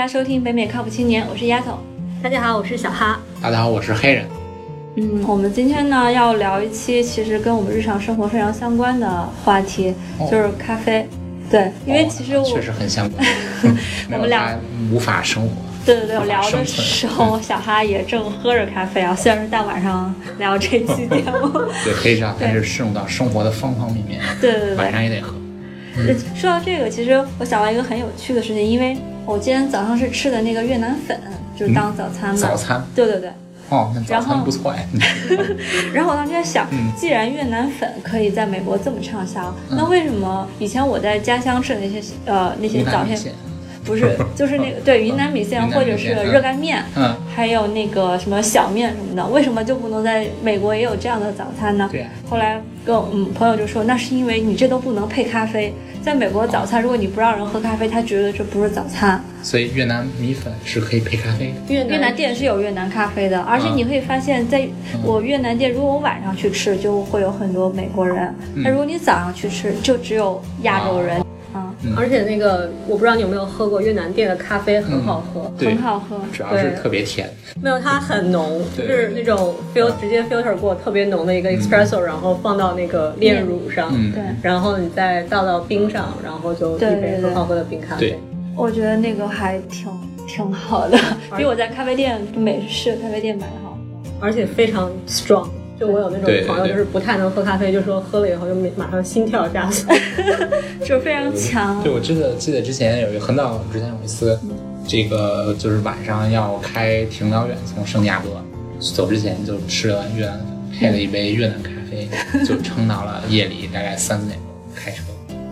家收听北美靠谱青年，我是丫头。 大家好，我是小哈。 大家好，我是黑人。 我们今天呢要聊一期其实跟我们日常生活非常相关的话题，就是咖啡。对，因为其实确实很相关，我们俩无法生活。 对，我聊的时候，小哈也正喝着咖啡啊，虽然是大晚上聊这期节目。 对，可以这样，但是适用到生活的方方面面。 对， 晚上也得喝。 说到这个，其实我想到一个很有趣的事情，因为我今天早上是吃的那个越南粉，就是当早餐嘛。 早餐。 对。 哦，那早餐不错哎。 然后我当时在想，既然越南粉可以在美国这么畅销，那为什么以前我在家乡吃的那些早餐，不是就是那个对云南米线或者是热干面，还有那个什么小面什么的，为什么就不能在美国也有这样的早餐呢？ 对。 后来跟朋友就说，那是因为你这都不能配咖啡。在美国早餐，如果你不让人喝咖啡，他觉得这不是早餐。 所以越南米粉是可以配咖啡的。 越南店是有越南咖啡的，而且你会发现，在我越南店，如果我晚上去吃，就会有很多美国人；那如果你早上去吃，就只有亚洲人。 而且那个我不知道你有没有喝过越南店的咖啡，很好喝， 很好喝， 主要是特别甜。 没有，它很浓，就是那种直接 filter 过特别浓的一个 espresso，然后放到那个炼乳上， 对， 然后你再倒到冰上，然后就一杯很好喝的冰咖啡。 我觉得那个还挺好的，比我在咖啡店美式咖啡店买的好喝， 而且非常 strong。就我有那种朋友，就是不太能喝咖啡，就说喝了以后就马上心跳加速， 就非常强。 对，我记得之前很早之前有一次，这个就是晚上要开挺老远，从圣地亚哥走之前就吃了越南粉，配了一杯越南咖啡，就撑到了夜里大概3-4点钟开车。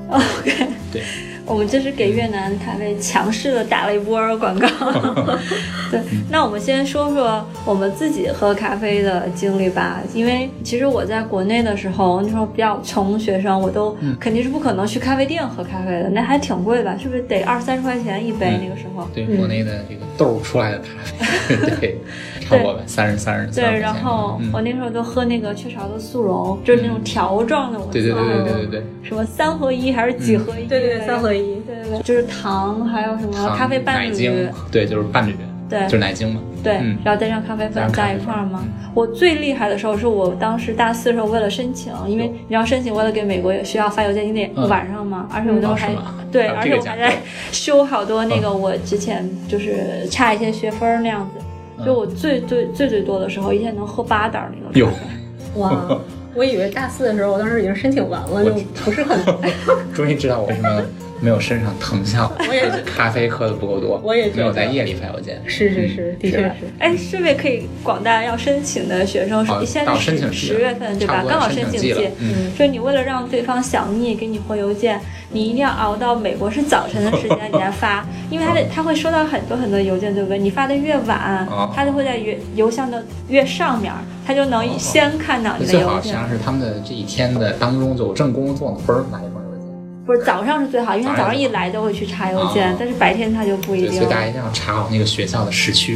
OK， 对。 我们这是给越南咖啡强势的打了一波广告。对，那我们先说说我们自己喝咖啡的经历吧。因为其实我在国内的时候，那时候比较穷学生，我都肯定是不可能去咖啡店喝咖啡的，那还挺贵吧？是不是得20-30块钱一杯？那个时候， 对，国内的这个豆出来的咖啡，对，超过30。 对，然后我那时候都喝那个雀巢的速溶，就是那种条状的。 对， 什么3合1还是几合1？ 对，3合1。 对，就是糖，还有什么咖啡伴侣， 对，就是伴侣， 对， 就是奶精嘛， 对，然后再让咖啡粉在一块儿嘛。我最厉害的时候是我当时大4的时候，为了申请，因为你要申请，为了给美国也需要发邮件，你得晚上嘛，而且我都还对，而且我还在修好多那个我之前就是差一些学分那样子，就我最多的时候，一天能喝8袋那个咖啡。 哇！我以为大4的时候，我当时已经申请完了，就不是很。 终于知道我为什么没有升上藤校。 我也是咖啡喝的不够多， 我也没有在夜里发邮件。 是，的确是。 哎，顺便可以广大要申请的学生说，现在是10月份对吧？刚好申请季，说你为了让对方想你给你回邮件，你一定要熬到美国是早晨的时间你再发，因为他会收到很多邮件，对不对？你发的越晚，他就会在邮箱的越上面，他就能先看到你的邮件。 最好实际上是他们的这一天的当中就正工作分拿一份邮件。 不是早上是最好，因为他早上一来都会去查邮件，但是白天他就不一定。 所以大家一定要查好那个学校的时区。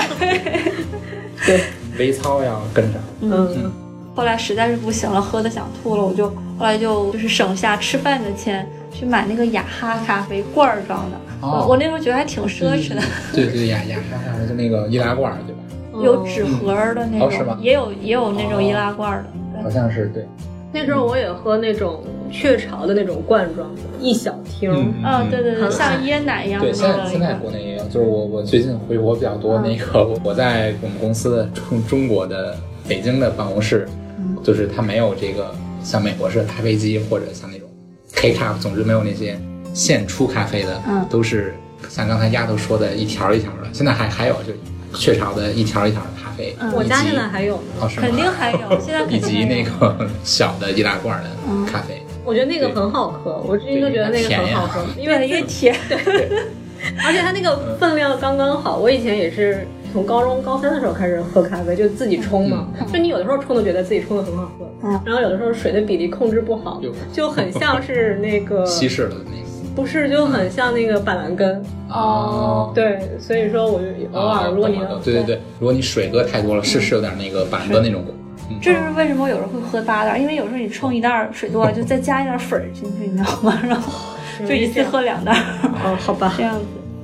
对，微操要跟上。 后来实在是不行了，喝的想吐了，我就后来就是省下吃饭的钱去买那个雅哈咖啡罐装的。我那时候觉得还挺奢侈的。 对，雅哈咖啡就那个易拉罐，对吧？ 有纸盒的那种， 是吗？ 也有那种易拉罐的。 好像是对。 那时候我也喝那种雀巢的那种罐装的，一小听。 对，像椰奶一样的。 对，现在国内也有，就是我最近回国比较多，那个我在我们公司的中国的北京的办公室，就是它没有这个像美国式的咖啡机，或者像那种 K cup， 总之没有那些现出咖啡的，都是像刚才丫头说的一条一条的。现在还有就雀巢的一条一条的咖啡， 我家现在还有呢， 肯定还有，现在以及那个小的易拉罐的咖啡， 我觉得那个很好喝，我之前都觉得那个很好喝，因为越甜， 对，而且它那个分量刚刚好。我以前也是从高中高3的时候开始喝咖啡，就自己冲嘛，就你有的时候冲都觉得自己冲的很好喝，然后有的时候水的比例控制不好，就很像是那个稀释了的那个。 不是，就很像那个板蓝根。对，所以说我就偶尔，如果你对，如果你水搁太多了，是有点那个板蓝根那种。 这是为什么有人会喝8袋，因为有时候你冲1袋水多了，就再加一点粉进去，你知道吗？然后就一次喝2袋。 好吧， 这样子。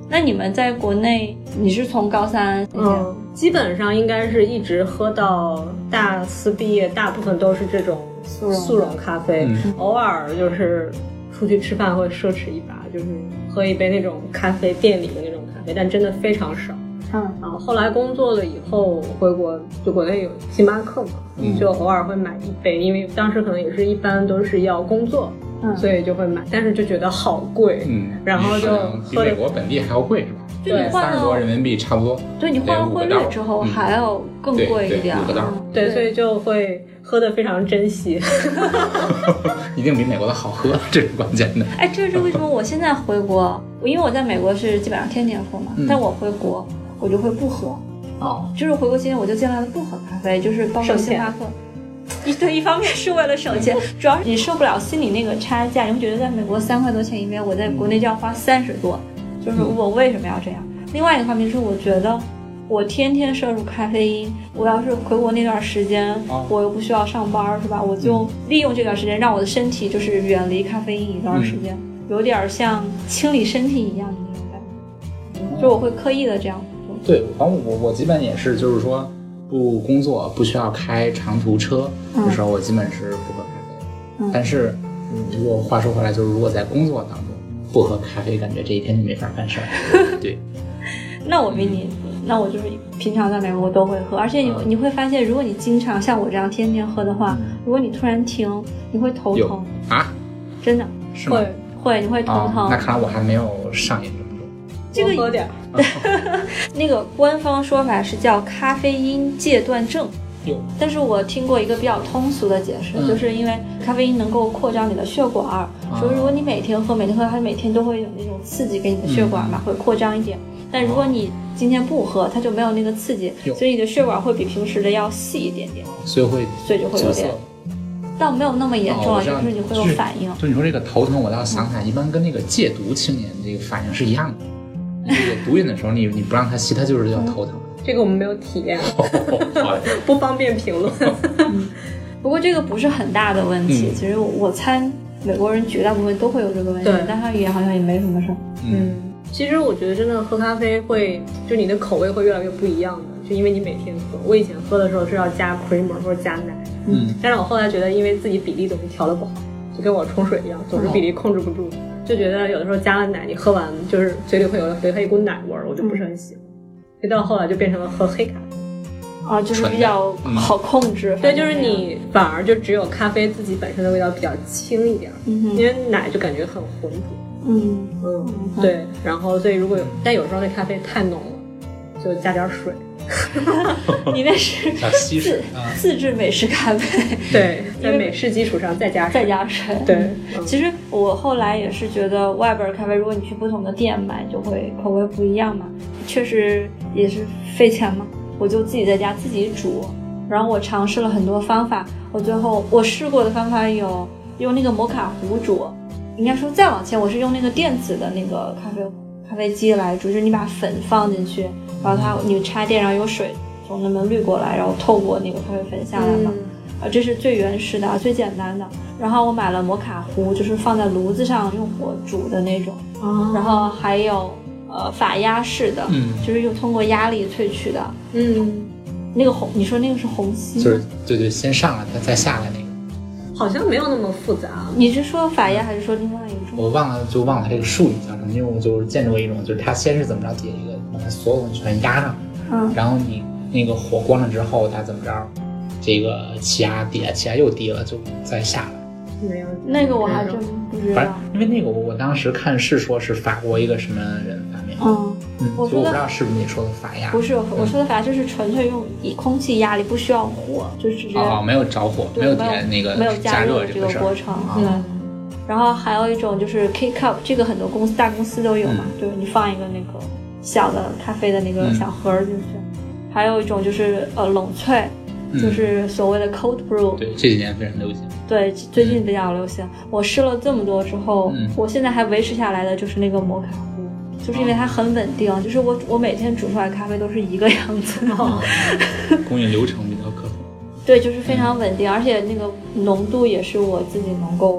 那你们在国内，你是从高三？ 基本上应该是一直喝到大4毕业，大部分都是这种速溶咖啡，偶尔就是出去吃饭会奢侈一把，就是喝一杯那种咖啡店里的那种咖啡，但真的非常少。然后后来工作了以后回国，就国内有星巴克嘛，就偶尔会买一杯，因为当时可能也是一般都是要工作，所以就会买，但是就觉得好贵，然后就比美国本地还要贵是吧？ 对 ，30多人民币差不多。 对，你换了汇率之后还要更贵一点。 对，所以就会喝得非常珍惜。 一定比美国的好喝，这是关键的。 哎，这是为什么我现在回国，因为我在美国是基本上天天喝嘛，但我回国我就会不喝。就是回国期间我就尽量的不喝咖啡，就是包括星巴克。对，一方面是为了省钱，主要是你受不了心里那个差价，你会觉得在美国3块多钱一杯，我在国内就要花30多。就是我为什么要这样？另外一个方面是我觉得我天天摄入咖啡因，我要是回国那段时间，我又不需要上班是吧？我就利用这段时间让我的身体就是远离咖啡因一段时间，有点像清理身体一样的那种感觉，就我会刻意的这样做。 对，反正我基本也是，就是说不工作不需要开长途车的时候，我基本是不喝咖啡。但是如果话说回来，就是如果在工作当中不喝咖啡，感觉这一天就没法办事儿。对， 那我比你，那我就是平常在美国我都会喝，而且你会发现，如果你经常像我这样天天喝的话，如果你突然停，你会头疼啊？ 真的是吗？ 会，你会头疼。 那看来我还没有上瘾这么多。 这个喝点。 那个官方说法是叫咖啡因戒断症。但是我听过一个比较通俗的解释，就是因为咖啡因能够扩张你的血管，所以如果你每天喝，它每天都会有那种刺激给你的血管嘛，会扩张一点。但如果你今天不喝，它就没有那个刺激，所以你的血管会比平时的要细一点点， 所以就会有点，倒没有那么严重，就是你会有反应。 就你说这个头疼，我倒想起来，一般跟那个戒毒青年这个反应是一样的。你有毒瘾的时候，你不让它吸，它就是要头疼。 这个我们没有体验，不方便评论。 不过这个不是很大的问题，其实我猜美国人绝大部分都会有这个问题，但他也好像也没什么事。 其实我觉得真的喝咖啡会，就你的口味会越来越不一样的，就因为你每天喝。我以前喝的时候是要加 creamer 或者加奶，但是我后来觉得因为自己比例总是调的不好，就跟我冲水一样，总是比例控制不住，就觉得有的时候加了奶，你喝完就是嘴里会留下一股奶味儿，我就不是很喜欢。到后来就变成了喝黑咖啡， 就是比较好控制。 对，就是你反而就只有咖啡自己本身的味道比较轻一点，因为奶就感觉很浑浊。对。然后所以但有时候那咖啡太浓了，就加点水。 你那是自制美式咖啡。 对，在美式基础上再加水。对。 其实我后来也是觉得外边咖啡，如果你去不同的店买，就会口味不一样嘛。确实也是费钱嘛，我就自己在家自己煮，然后我尝试了很多方法，最后我试过的方法有用那个摩卡壶煮，应该说再往前我是用那个电子的那个咖啡机来煮，就是你把粉放进去，然后你插电，然后有水从那边滤过来，然后透过那个咖啡粉下来嘛。这是最原始的最简单的。然后我买了摩卡壶，就是放在炉子上用火煮的那种，然后还有法压式的，就是又通过压力萃取的。那个你说那个是虹吸， 就是对，先上来再下来那个， 好像没有那么复杂。 你是说法压还是说另外一种？ 我忘了这个术语叫什么，因为我就是见过一种，就是它先是怎么着底下一个把它所有东西全压上，然后你那个火关了之后，它怎么着，这个气压底下气压又低了，就再下来。 没有那个我还真不知道， 因为那个我当时看是说是法国一个什么人发明的，所以我不知道是不是你说的法压。 不是，我说的法压就是纯粹用以空气压力，不需要火，就是直接没有着火，没有点那个没有加热这个过程。对。然后还有一种就是 K-Cup， 这个很多大公司都有嘛，就是你放一个那个小的咖啡的那个小盒进去。还有一种就是冷萃。就是所谓的 cold brew， 对，这几年非常流行。 对，最近比较流行。我试了这么多之后，我现在还维持下来的就是那个摩卡壶，就是因为它很稳定，就是我每天煮出来咖啡都是一个样子。 工艺流程比较可控。 对，就是非常稳定，而且那个浓度也是我自己能够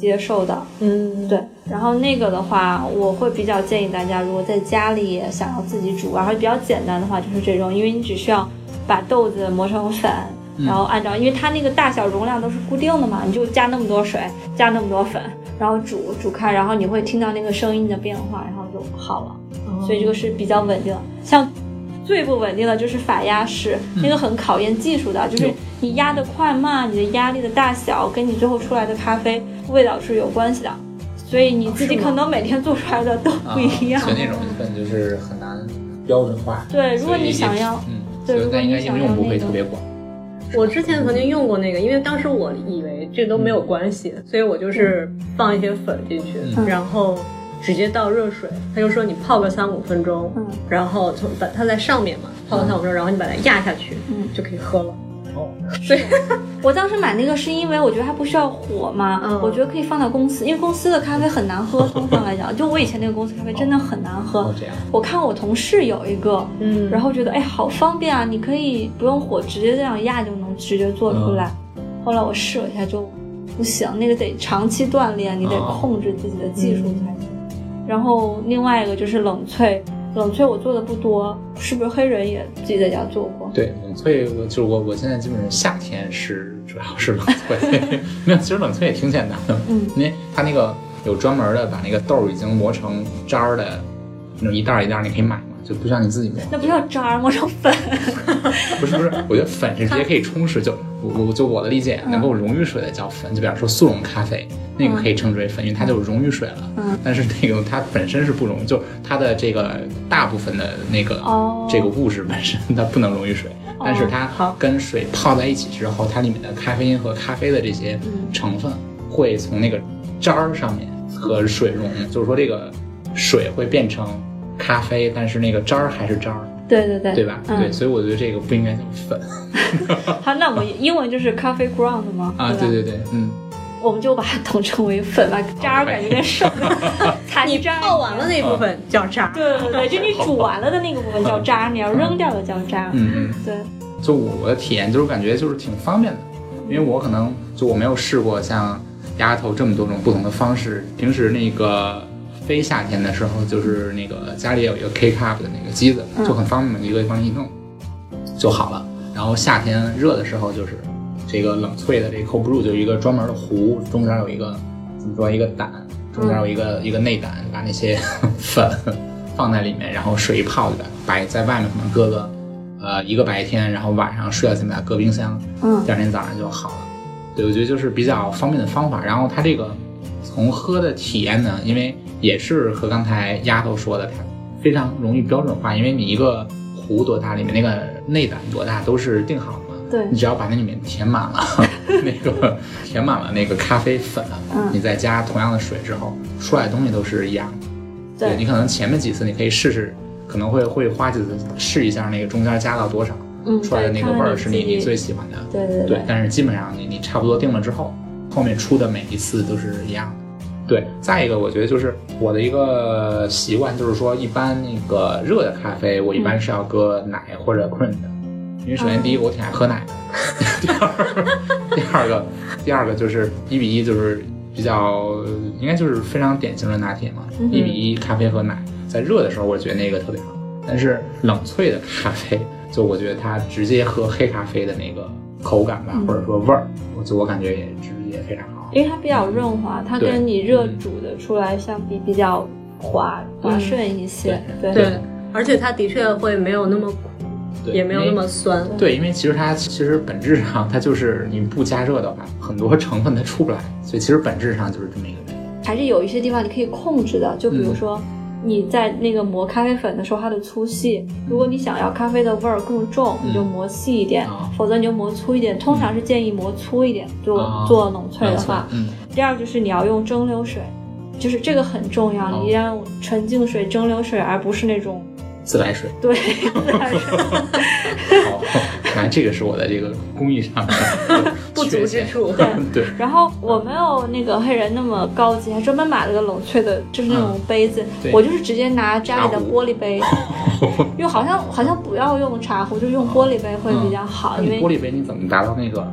接受的。对。然后那个的话，我会比较建议大家，如果在家里想要自己煮，然后比较简单的话，就是这种，因为你只需要把豆子磨成粉，然后按照，因为它那个大小容量都是固定的嘛，你就加那么多水，加那么多粉，然后煮开，然后你会听到那个声音的变化，然后就好了。所以这个是比较稳定的。像最不稳定的就是法压式，那个很考验技术的，就是你压的快慢，你的压力的大小跟你最后出来的咖啡味道是有关系的，所以你自己可能每天做出来的都不一样。 所以那种根本就是很难标准化。 对，如果你想要，对，如果你想要不会特别广。 我之前曾经用过那个，因为当时我以为这都没有关系，所以我就是放一些粉进去，然后直接倒热水，他就说你泡个3-5分钟，然后把它在上面嘛，泡个3-5分钟，然后你把它压下去，就可以喝了。所以我当时买那个是因为我觉得它不需要火嘛，我觉得可以放到公司，因为公司的咖啡很难喝，通常来讲，就我以前那个公司咖啡真的很难喝。我看我同事有一个，然后觉得好方便啊，你可以不用火，直接这样压就能直接做出来。后来我试了一下就不行，那个得长期锻炼，你得控制自己的技术才行。然后另外一个就是冷萃我做的不多，是不是黑人也自己在家做过？ 对，冷萃就是我现在基本上夏天主要是冷萃，没有，其实冷萃也挺简单的，因为它那个有专门的把那个豆已经磨成渣儿的那种一袋一袋，你可以买嘛，就不像你自己磨。 那不叫渣儿，磨成粉。 不是，我觉得粉是直接可以冲式，就我的理解，能够溶于水的叫粉，就比方说速溶咖啡。那个可以称之为粉，因为它就溶于水了。但是那个它本身是不溶，就它的这个大部分的那个这个物质本身它不能溶于水，但是它跟水泡在一起之后，它里面的咖啡因和咖啡的这些成分会从那个渣儿上面和水溶，就是说这个水会变成咖啡，但是那个渣儿还是渣儿。对吧？对，所以我觉得这个不应该叫粉。 好，那我们英文就是 coffee ground 吗？ 对， 我们就把它统称为粉吧，渣儿感觉有点少。 你泡完了那部分叫渣。 对，就你煮完了的那个部分叫渣，你要扔掉的叫渣。对。 就我的体验就是感觉就是挺方便的，因为我可能就我没有试过像丫头这么多种不同的方式。平时那个非夏天的时候，就是那个家里有一个 K cup 的那个机子，就很方便的一个地方一弄就好了。然后夏天热的时候，就是这个冷萃的这个 cold brew 就一个专门的壶，中间有一个怎么说一个胆，中间有一个内胆，把那些粉放在里面，然后水一泡就摆在外面，可能搁个一个白天，然后晚上睡觉前把它搁冰箱，第二天早上就好了。对，我觉得就是比较方便的方法。然后它这个从喝的体验呢，因为也是和刚才丫头说的，它非常容易标准化，因为你一个壶多大，里面那个内胆多大都是定好的嘛。 对， 你只要把那里面填满了那个咖啡粉，你再加同样的水之后，出来的东西都是一样的。对，你可能前面几次你可以试试，可能会花几次试一下那个中间加到多少，出来的那个味儿是你最喜欢的。对，但是基本上你差不多定了之后，后面出的每一次都是一样的。对，再一个我觉得就是我的一个习惯，就是说一般那个热的咖啡我一般是要搁奶或者 cream 的，因为首先第一个我挺爱喝奶的，第二个就是1:1，就是比较应该就是非常典型的拿铁嘛，1:1咖啡和奶，在热的时候我觉得那个特别好，但是冷萃的咖啡就我觉得它直接喝黑咖啡的那个口感吧，或者说味儿，我感觉也直接非常好， 因为它比较润滑，它跟你热煮的出来相比比较滑顺一些。 对，而且它的确会没有那么苦，也没有那么酸。 对，因为其实本质上它就是你不加热的话，很多成分它出不来，所以其实本质上就是这么一个原因。 还是有一些地方你可以控制的，就比如说你在那个磨咖啡粉的时候，它的粗细，如果你想要咖啡的味儿更重，你就磨细一点，否则你就磨粗一点。通常是建议磨粗一点，就做冷萃的话。第二就是你要用蒸馏水，就是这个很重要，你要用纯净水、蒸馏水，而不是那种自来水。 对，自来水。 好，看来这个是我的这个工艺上的不足之处。 对。然后我没有那个黑人那么高级，还专门买了个冷萃的，就是那种杯子。我就是直接拿家里的玻璃杯，因为好像不要用茶壶，就用玻璃杯会比较好。因为玻璃杯你怎么达到那个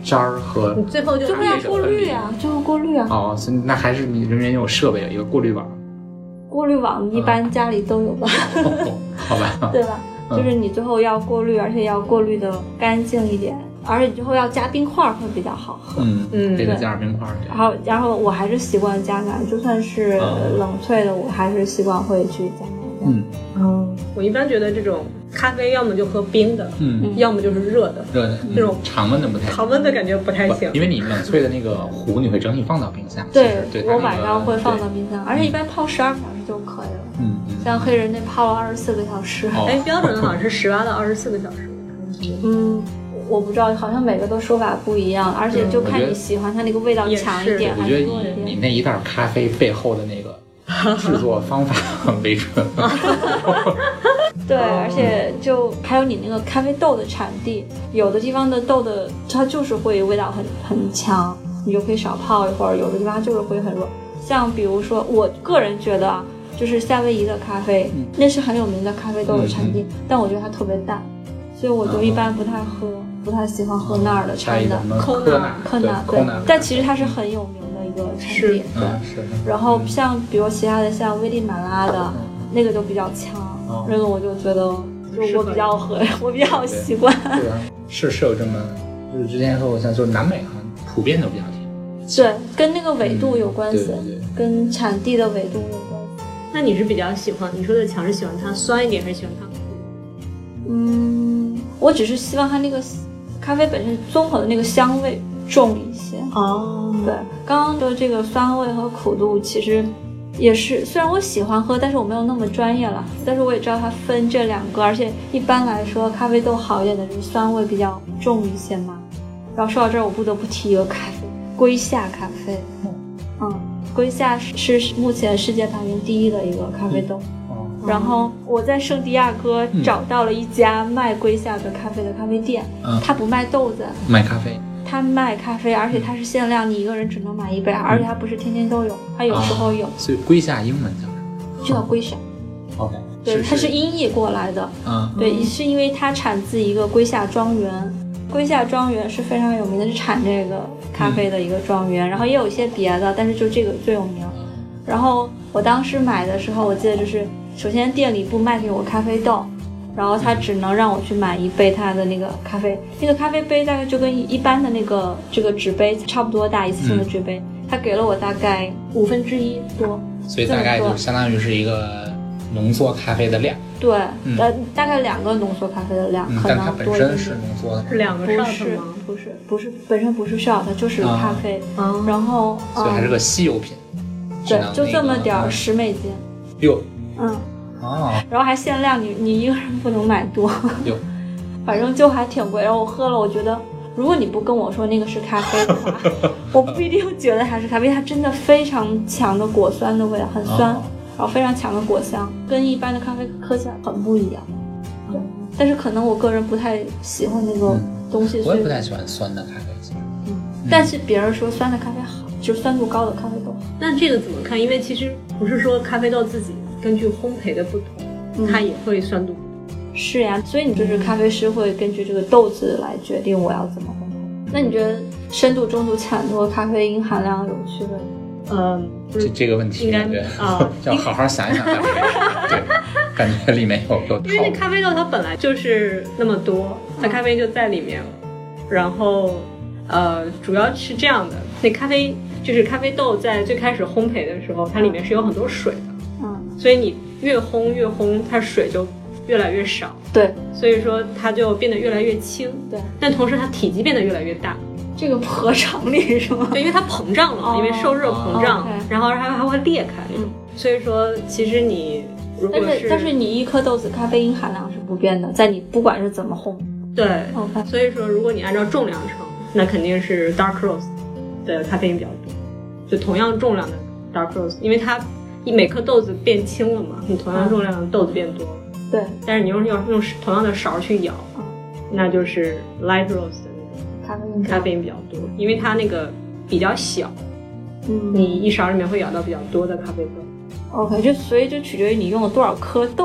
渣儿和你最后就会要过滤啊，最后过滤啊。 哦，所以那还是你人员有设备，有一个过滤网。 过滤网一般家里都有吧？ 好吧， 对吧？就是你最后要过滤，而且要过滤的干净一点，而且你最后要加冰块会比较好喝。 得加点冰块。 然后我还是习惯加奶，就算是冷萃的，我还是习惯会去加奶。 我一般觉得这种咖啡要么就喝冰的，要么就是热的，这种常温的不太行， 常温的感觉不太行， 因为你冷萃的那个壶你会整体放到冰箱。 对，我晚上会放到冰箱，而且一般泡12个小时就可以了。像黑人那泡了24个小时。 标准的好像是18到24个小时。 我不知道，好像每个都说法不一样，而且就看你喜欢它那个味道强一点还是弱一点。 你那一袋咖啡背后的那个制作方法为准。 对，而且就还有你那个咖啡豆的产地，有的地方的豆的它就是会味道很强，你就可以少泡一会儿；有的地方就是会很弱。像比如说，我个人觉得啊，就是夏威夷的咖啡，那是很有名的咖啡豆的产地，但我觉得它特别淡，所以我就一般不太喜欢喝那儿的产的。科纳，对，但其实它是很有名的一个产地。对，然后像比如其他的像危地马拉的那个就比较强。那个我就觉得，就我比较习惯。 对啊，是有这么，就是之前和我像就是南美好像普遍都比较甜。 对，跟那个纬度有关系，跟产地的纬度有关系。 那你是比较喜欢你说的强是喜欢它酸一点，还是喜欢它苦？ 我只是希望它那个咖啡本身综合的那个香味重一些。对，刚刚的这个酸味和苦度其实。也是，虽然我喜欢喝，但是我没有那么专业了。但是我也知道它分这两个，而且一般来说，咖啡豆好一点的就是酸味比较重一些嘛。然后说到这儿，我不得不提一个咖啡，瑰夏咖啡。瑰夏是目前世界排名第1的一个咖啡豆。然后我在圣地亚哥找到了一家卖瑰夏的咖啡的咖啡店，它不卖豆子， 卖咖啡。 它卖咖啡，而且它是限量，你一个人只能买1杯，而且它不是天天都有，它有时候有。 所以瑰夏英文叫什么？ 就叫瑰夏。 OK。 对，它是音译过来的。对，是因为它产自一个瑰夏庄园，瑰夏庄园是非常有名的，是产这个咖啡的一个庄园，然后也有一些别的，但是就这个最有名。然后我当时买的时候，我记得就是首先店里不卖给我咖啡豆。然后他只能让我去买1杯他的那个咖啡，那个咖啡杯大概就跟一般的那个这个纸杯差不多大，一次性的纸杯，他给了我大概1/5多， 所以大概就相当于是一个浓缩咖啡的量。 对，大概2个浓缩咖啡的量，可能多一点。但它本身是浓缩的， 是2个 shot 吗？ 不是，本身不是 shot， 就是咖啡。然后所以还是个稀有品。 对，就这么点10美金。 哟。 然后还限量，你一个人不能买多，反正就还挺贵。然后我喝了，我觉得如果你不跟我说那个是咖啡的话，我不一定觉得它是咖啡。它真的非常强的果酸的味道，很酸，然后非常强的果香，跟一般的咖啡喝起来很不一样。但是可能我个人不太喜欢那个东西， 我也不太喜欢酸的咖啡。 但是别人说酸的咖啡好，就是酸度高的咖啡豆好。 那这个怎么看？因为其实不是说咖啡豆自己根据烘焙的不同，它也会酸度不同。 是呀，所以你就是咖啡师会根据这个豆子来决定我要怎么烘焙。那你觉得深度、中度、浅度咖啡因含量有区别？ 这个问题应该要好好想一想。对，感觉里面有因为那咖啡豆它本来就是那么多，它咖啡就在里面了。然后主要是这样的，那咖啡豆在最开始烘焙的时候，它里面是有很多水的。所以你越烘，它水就越来越少。 对， 所以说它就变得越来越轻。 对， 但同时它体积变得越来越大。 这个不合常理是吗？ 对，因为它膨胀了，因为受热膨胀，然后它还会裂开那种。所以说，其实你如果但是你一颗豆子咖啡因含量是不变的，在你不管是怎么烘。 对，所以说如果你按照重量称，那肯定是 dark roast 的咖啡因比较多。就同样重量的 dark roast， 因为它每颗豆子变轻了嘛，你同样重量的豆子变多了。 对， 但是你要用同样的勺去舀，那就是 light roast 的那个咖啡因比较多，因为它那个比较小，你一勺里面会舀到比较多的咖啡豆。 OK， 所以就取决于你用了多少颗豆，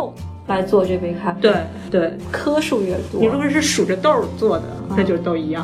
来做这杯咖啡。 对对， 颗数越多， 你如果是数着豆做的，那就都一样。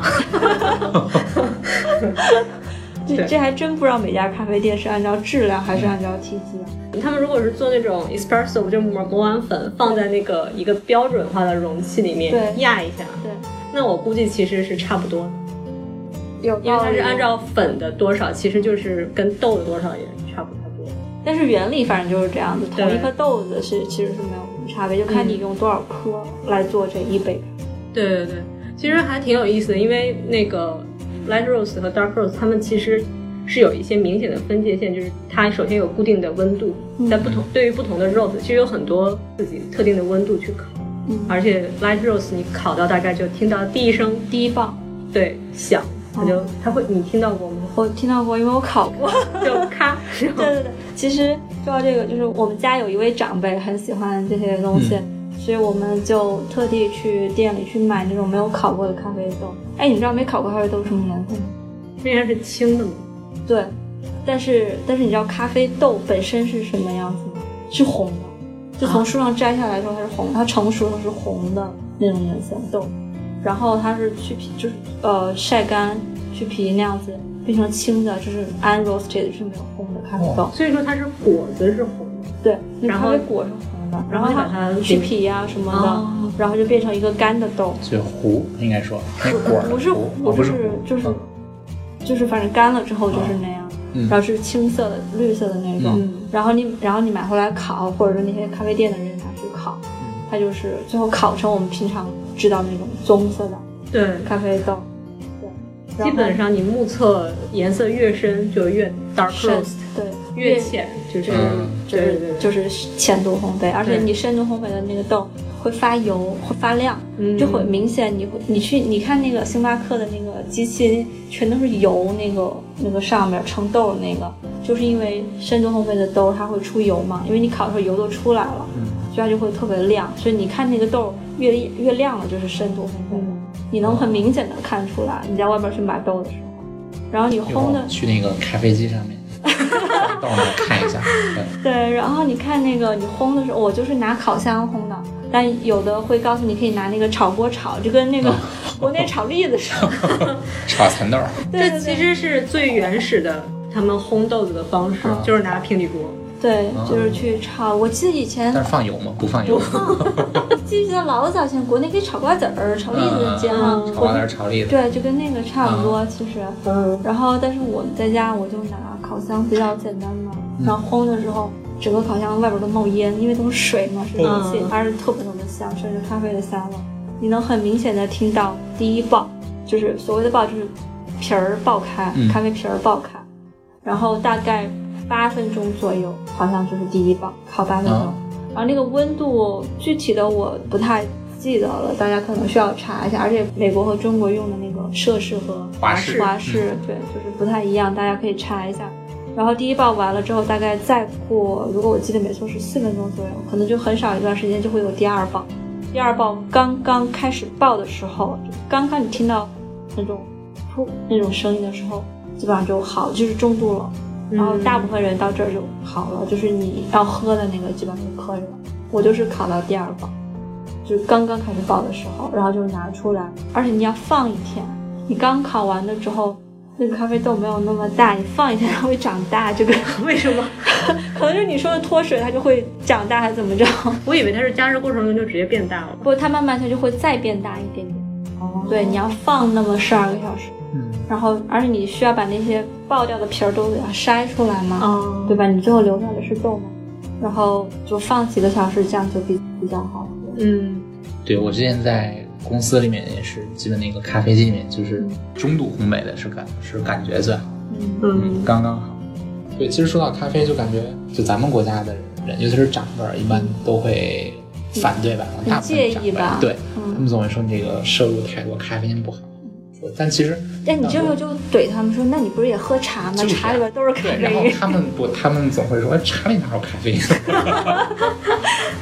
这还真不知道每家咖啡店是按照质量还是按照体积。 他们如果是做那种 espresso， 就磨完粉放在那个一个标准化的容器里面压一下， 对， 那我估计其实是差不多的。因为它是按照粉的多少，其实就是跟豆的多少也差不太多。 但是原理反正就是这样子，同一颗豆子其实是没有什么差别，就看你用多少颗来做这一杯。 对对对，其实还挺有意思的，因为那个 light roast 和 dark roast 它们其实是有一些明显的分界线，就是它首先有固定的温度，在对于不同的 roast 其实有很多自己特定的温度去烤，而且 light roast 你烤到大概就听到第一声第一棒， 对，响。它会，你听到过吗？ 我听到过，因为我烤过， 就咔。对对对，其实说到这个，就是我们家有一位长辈很喜欢这些东西，所以我们就特地去店里去买那种没有烤过的咖啡豆。哎，你知道没烤过咖啡豆是什么颜色吗？ 应该是青的吗？ 对，但是你知道咖啡豆本身是什么样子吗？是红的，就从树上摘下来的时候它是红的，它成熟的时候是红的那种颜色豆。然后它是去皮，就是晒干去皮那样子变成青的，就是 unroasted 是没有烘的咖啡豆。 所以说它是果子是红的， 对，然后咖啡果是红的，然后它去皮啊什么的，然后就变成一个干的豆。 就糊应该说， 不是糊，就是反正干了之后就是那样，然后是青色的、绿色的那种。然后你买回来烤，或者是那些咖啡店的人拿去烤，它就是最后烤成我们平常知道那种棕色的咖啡豆。 对，基本上你目测颜色越深就越 dark roast， 对， 越浅就是浅度烘焙，而且你深度烘焙的那个豆会发油，会发亮，就会明显你看那个星巴克的那个机器全都是油，那个上面盛豆的那个，就是因为深度烘焙的豆它会出油嘛，因为你烤的时候油都出来了，所以它就会特别亮，所以你看那个豆越亮了就是深度烘焙的，你能很明显的看出来。你在外边去买豆的时候，然后你烘的去那个咖啡机上面豆看一下， 对，然后你看那个你烘的时候，我就是拿烤箱烘的，但有的会告诉你可以拿那个炒锅炒，就跟那个国内炒栗子似的， 炒蚕豆。 这其实是最原始的他们烘豆子的方式，就是拿平底锅。 对，就是去炒。我记得以前， 但是放油吗？不放油。 记得老早前国内可以炒瓜子儿、炒栗子煎啊， 炒瓜子儿、炒栗子。 对，就跟那个差不多，其实。然后，但是我们在家我就拿烤箱比较简单嘛，然后烘的时候，整个烤箱外边都冒烟，因为都是水嘛，是冷气，还是特别香，甚至咖啡的香味。你能很明显的听到第一爆，就是所谓的爆，就是皮儿爆开，咖啡皮儿爆开，然后大概8分钟左右，好像就是第一爆，烤8分钟。然后那个温度具体的我不太记得了，大家可能需要查一下。而且美国和中国用的那个摄氏和华氏，对，就是不太一样，大家可以查一下。然后第一爆完了之后，大概再过，如果我记得没错是4分钟左右，可能就很少一段时间就会有第二爆。第二爆刚刚开始爆的时候，刚刚你听到那种噗那种声音的时候，基本上就好，就是中度了。然后大部分人到这儿就好了，就是你要喝的那个基本上就可以了。我就是烤到第二爆，就刚刚开始爆的时候，然后就拿出来，而且你要放1天。你刚烤完了之后，那个咖啡豆没有那么大，你放1天它会长大。这个为什么？ 可能是你说的脱水它就会长大，还是怎么着？ 我以为它是加热过程中就直接变大了。 不，它慢慢它就会再变大一点点。对，你要放那么12个小时。然后，而且你需要把那些爆掉的皮儿都给它筛出来嘛，对吧？你最后留下的是豆嘛，然后就放几个小时，这样就比较好。 对，我之前在公司里面也是，基本那个咖啡机里面就是中度烘焙的是感觉最好，刚刚好。对，其实说到咖啡，就感觉就咱们国家的人，尤其是长辈，一般都会反对吧，大部分介意吧？ 对，他们总会说你这个摄入太多咖啡因不好。但其实， 你这时候就怼他们说，那你不是也喝茶吗？茶里边都是咖啡因。 然后他们总会说，茶里哪有咖啡因？对，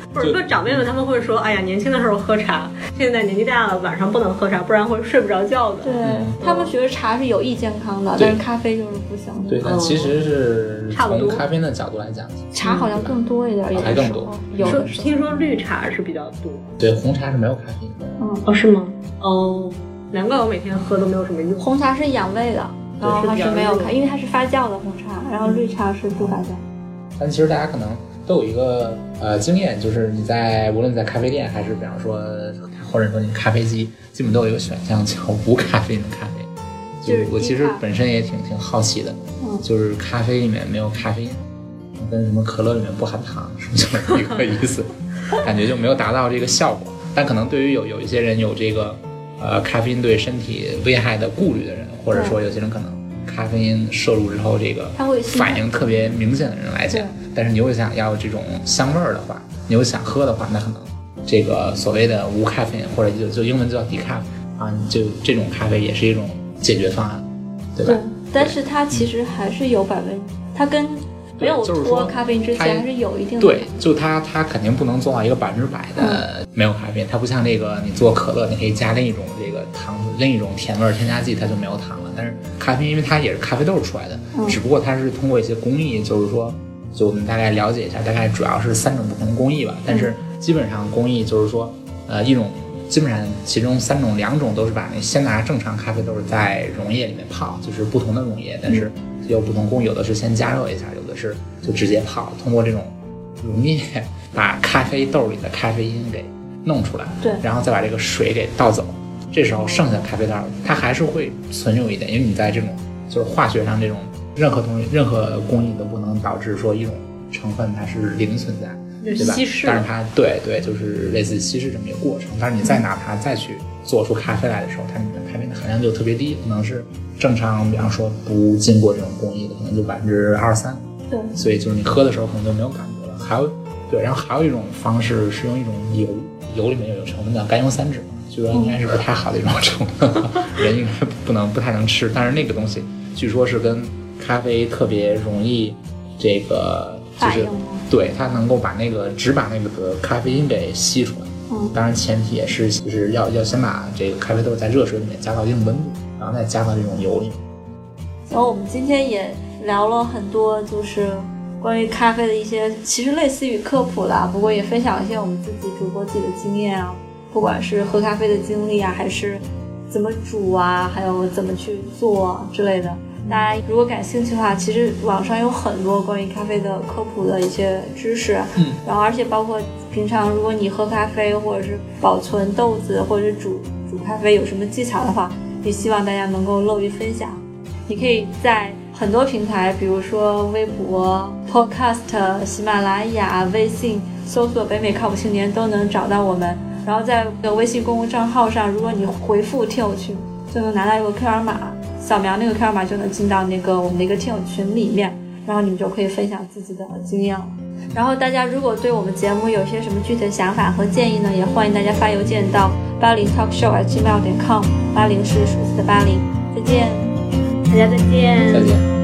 或者说长辈们他们会说，哎呀，年轻的时候喝茶，现在年纪大了晚上不能喝茶，不然会睡不着觉的。 对，他们觉得茶是有益健康的，但是咖啡就是不行的。 对，但其实是从咖啡的角度来讲， 茶好像更多一点， 还更多。 听说绿茶是比较多， 对，红茶是没有咖啡因的。 哦，是吗？哦，难怪我每天喝都没有什么用。 红茶是养胃的，然后它是没有咖，因为它是发酵的红茶，然后绿茶是不发酵。 但其实大家可能都有一个经验，就是你在无论在咖啡店还是比方说或者说你咖啡机，基本都有一个选项叫无咖啡因的咖啡。就是我其实本身也挺好奇的，就是咖啡里面没有咖啡因，跟什么可乐里面不含糖是不是一个意思？感觉就没有达到这个效果。但可能对于有一些人有这个咖啡因对身体危害的顾虑的人，或者说有些人可能咖啡因摄入之后这个反应特别明显的人来讲，但是你又想要这种香味儿的话，你又想喝的话，那可能这个所谓的无咖啡因或者就英文就叫低咖啡啊，就这种咖啡也是一种解决方案，对吧？ 对，但是它其实还是有它跟没有脱咖啡因之前还是有一定的。 对，就它肯定不能做到一个100%的没有咖啡因，它不像这个你做可乐，你可以加另一种这个糖，另一种甜味添加剂，它就没有糖了。但是咖啡因因为它也是咖啡豆出来的，只不过它是通过一些工艺，就是说，就我们大概了解一下，大概主要是3种不同工艺吧。但是基本上工艺就是说，一种基本上其中2种都是把那先拿正常咖啡豆在溶液里面泡，就是不同的溶液，但是有不同工艺，有的是先加热一下，有的是就直接泡，通过这种溶液把咖啡豆里的咖啡因给弄出来， 对， 然后再把这个水给倒走，这时候剩下的咖啡豆它还是会存有一点，因为你在这种就是化学上这种任何东西任何工艺都不能导致说一种成分它是零存在，对吧？但是它对就是类似于稀释这么一个过程，但是你再拿它再去做出咖啡来的时候，它里面的咖啡因的含量就特别低，可能是正常比方说不经过这种工艺的可能就23%，对，所以就是你喝的时候可能就没有感觉了。然后还有一种方式是用一种油里面有成分叫甘油三酯嘛，据说应该是不太好的一种成分，人应该不太能吃，但是那个东西据说是跟咖啡特别容易这个就是对它能够只把那个咖啡因给吸出来。当然前提也是就是要先把这个咖啡豆在热水里面加到一定温度，然后再加到这种油里面。 然后我们今天也聊了很多，就是关于咖啡的一些其实类似于科普啦，不过也分享一些我们主播自己的经验啊，不管是喝咖啡的经历啊，还是怎么煮啊，还有怎么去做之类的。大家如果感兴趣的话，其实网上有很多关于咖啡的科普的一些知识，然后而且包括平常如果你喝咖啡或者是保存豆子或者是煮咖啡有什么技巧的话，也希望大家能够乐于分享。你可以在很多平台，比如说微博、Podcast、喜马拉雅、微信搜索北美靠谱青年都能找到我们。然后在微信公众账号上，如果你回复听友群，就能拿到一个 QR 码，扫描那个 QR 码就能进到我们的一个听友群里面，然后你们就可以分享自己的经验了。然后大家如果对我们节目有些什么具体的想法和建议呢，也欢迎大家发邮件到80talkshow@gmail.com，80是数字的80。再见， 大家再见。